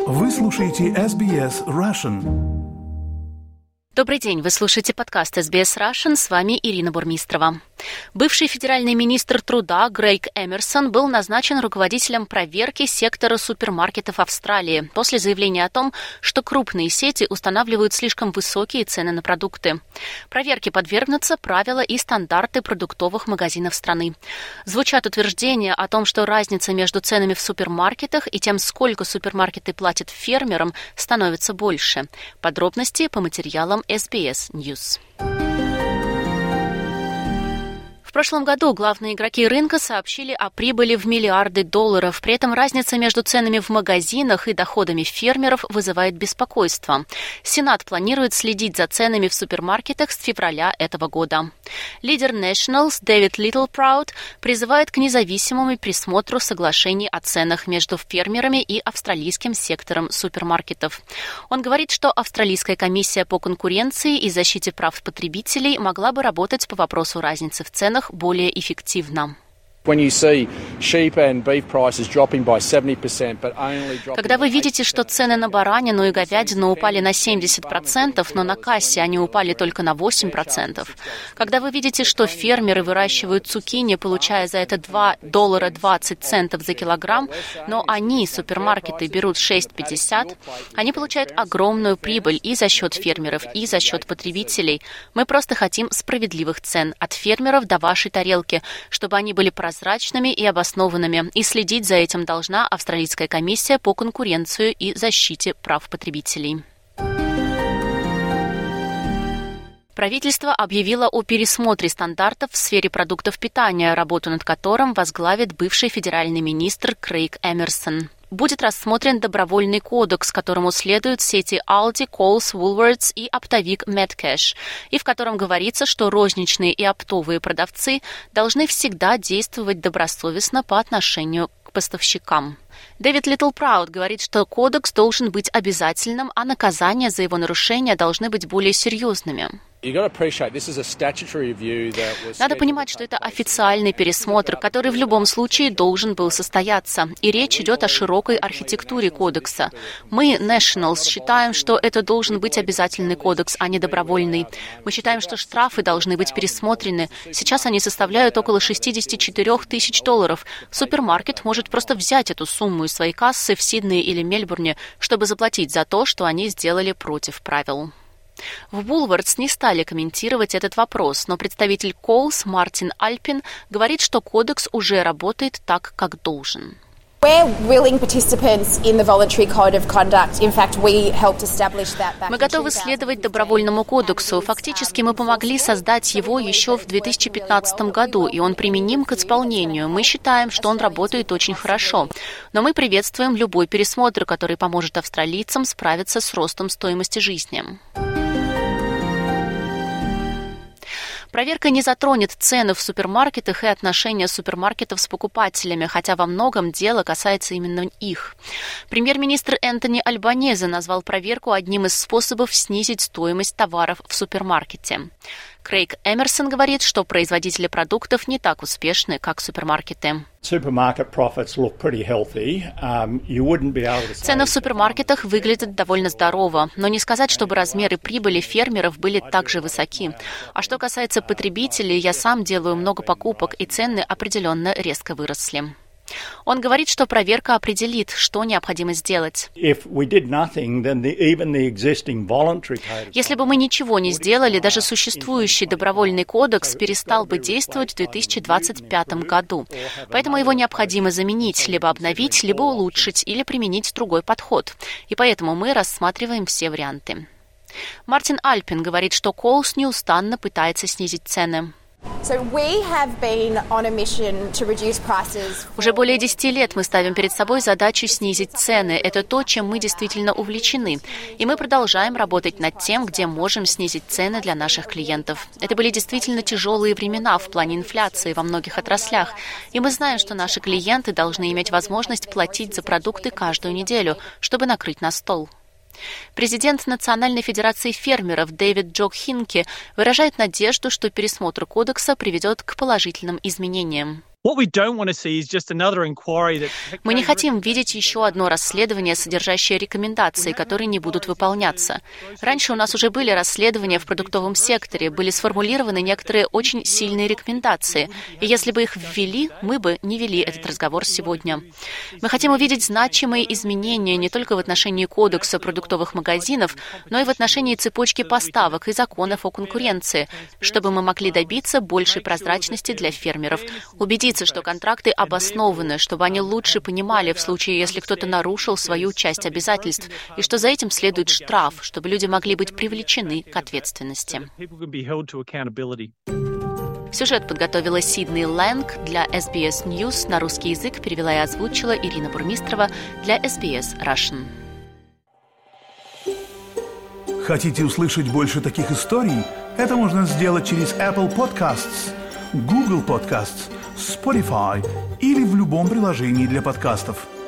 Вы слушаете SBS Russian. Добрый день, вы слушаете подкаст SBS Russian, с вами Ирина Бурмистрова. Бывший федеральный министр труда Грейг Эмерсон был назначен руководителем проверки сектора супермаркетов Австралии после заявления о том, что крупные сети устанавливают слишком высокие цены на продукты. Проверке подвергнутся правила и стандарты продуктовых магазинов страны. Звучат утверждения о том, что разница между ценами в супермаркетах и тем, сколько супермаркеты платят фермерам, становится больше. Подробности по материалам SBS News. В прошлом году главные игроки рынка сообщили о прибыли в миллиарды долларов. При этом разница между ценами в магазинах и доходами фермеров вызывает беспокойство. Сенат планирует следить за ценами в супермаркетах с февраля этого года. Лидер Nationals Дэвид Литтлпраут призывает к независимому присмотру соглашений о ценах между фермерами и австралийским сектором супермаркетов. Он говорит, что Австралийская комиссия по конкуренции и защите прав потребителей могла бы работать по вопросу разницы в ценах более эффективно. Когда вы видите, что цены на баранину и говядину упали на 70%, но на кассе они упали только на 8%. Когда вы видите, что фермеры выращивают цукини, получая за это $2.20 за килограмм, но они, супермаркеты, берут 6,50, они получают огромную прибыль и за счет фермеров, и за счет потребителей. Мы просто хотим справедливых цен от фермеров до вашей тарелки, чтобы они были прозрачными и обоснованными, и следить за этим должна Австралийская комиссия по конкуренции и защите прав потребителей. Правительство объявило о пересмотре стандартов в сфере продуктов питания, работу над которым возглавит бывший федеральный министр Грейг Эмерсон. Будет рассмотрен добровольный кодекс, которому следуют сети Aldi, Coles, Woolworths и оптовик Metcash, и в котором говорится, что розничные и оптовые продавцы должны всегда действовать добросовестно по отношению к поставщикам. Дэвид Литтлпраут говорит, что кодекс должен быть обязательным, а наказания за его нарушения должны быть более серьезными. Надо понимать, что это официальный пересмотр, который в любом случае должен был состояться, и речь идет о широкой архитектуре кодекса. Мы, Nationals, считаем, что это должен быть обязательный кодекс, а не добровольный. Мы считаем, что штрафы должны быть пересмотрены. Сейчас они составляют около $64 тысяч. Супермаркет может просто взять эту сумму из своей кассы в Сиднее или Мельбурне, чтобы заплатить за то, что они сделали против правил. В Woolworths не стали комментировать этот вопрос, но представитель Coles Мартин Альпин говорит, что кодекс уже работает так, как должен. Мы готовы следовать добровольному кодексу. Фактически мы помогли создать его еще в 2015 году, и он применим к исполнению. Мы считаем, что он работает очень хорошо. Но мы приветствуем любой пересмотр, который поможет австралийцам справиться с ростом стоимости жизни. Проверка не затронет цены в супермаркетах и отношения супермаркетов с покупателями, хотя во многом дело касается именно их. Премьер-министр Энтони Альбанезе назвал проверку одним из способов снизить стоимость товаров в супермаркете. Грейг Эмерсон говорит, что производители продуктов не так успешны, как супермаркеты. Цены в супермаркетах выглядят довольно здорово, но не сказать, чтобы размеры прибыли фермеров были так же высоки. А что касается потребителей, я сам делаю много покупок, и цены определенно резко выросли. Он говорит, что проверка определит, что необходимо сделать. Если бы мы ничего не сделали, даже существующий добровольный кодекс перестал бы действовать в 2025 году. Поэтому его необходимо заменить, либо обновить, либо улучшить, или применить другой подход. И поэтому мы рассматриваем все варианты. Мартин Альпин говорит, что Coles неустанно пытается снизить цены. Уже более 10 лет мы ставим перед собой задачу снизить цены. Это то, чем мы действительно увлечены. И мы продолжаем работать над тем, где можем снизить цены для наших клиентов. Это были действительно тяжелые времена в плане инфляции во многих отраслях. И мы знаем, что наши клиенты должны иметь возможность платить за продукты каждую неделю, чтобы накрыть на стол. Президент Национальной федерации фермеров Дэвид Джок Хинки выражает надежду, что пересмотр кодекса приведет к положительным изменениям. Мы не хотим видеть еще одно расследование, содержащее рекомендации, которые не будут выполняться. Раньше у нас уже были расследования в продуктовом секторе, были сформулированы некоторые очень сильные рекомендации. И если бы их ввели, мы бы не вели этот разговор сегодня. Мы хотим увидеть значимые изменения не только в отношении кодекса продуктовых магазинов, но и в отношении цепочки поставок и законов о конкуренции, чтобы мы могли добиться большей прозрачности для фермеров, убедиться, что контракты обоснованы, чтобы они лучше понимали в случае, если кто-то нарушил свою часть обязательств, и что за этим следует штраф, чтобы люди могли быть привлечены к ответственности. Сюжет подготовила Сидней Лэнг для SBS News. На русский язык перевела и озвучила Ирина Бурмистрова для SBS Russian. Хотите услышать больше таких историй? Это можно сделать через Apple Podcasts, Google Podcasts, Spotify или в любом приложении для подкастов.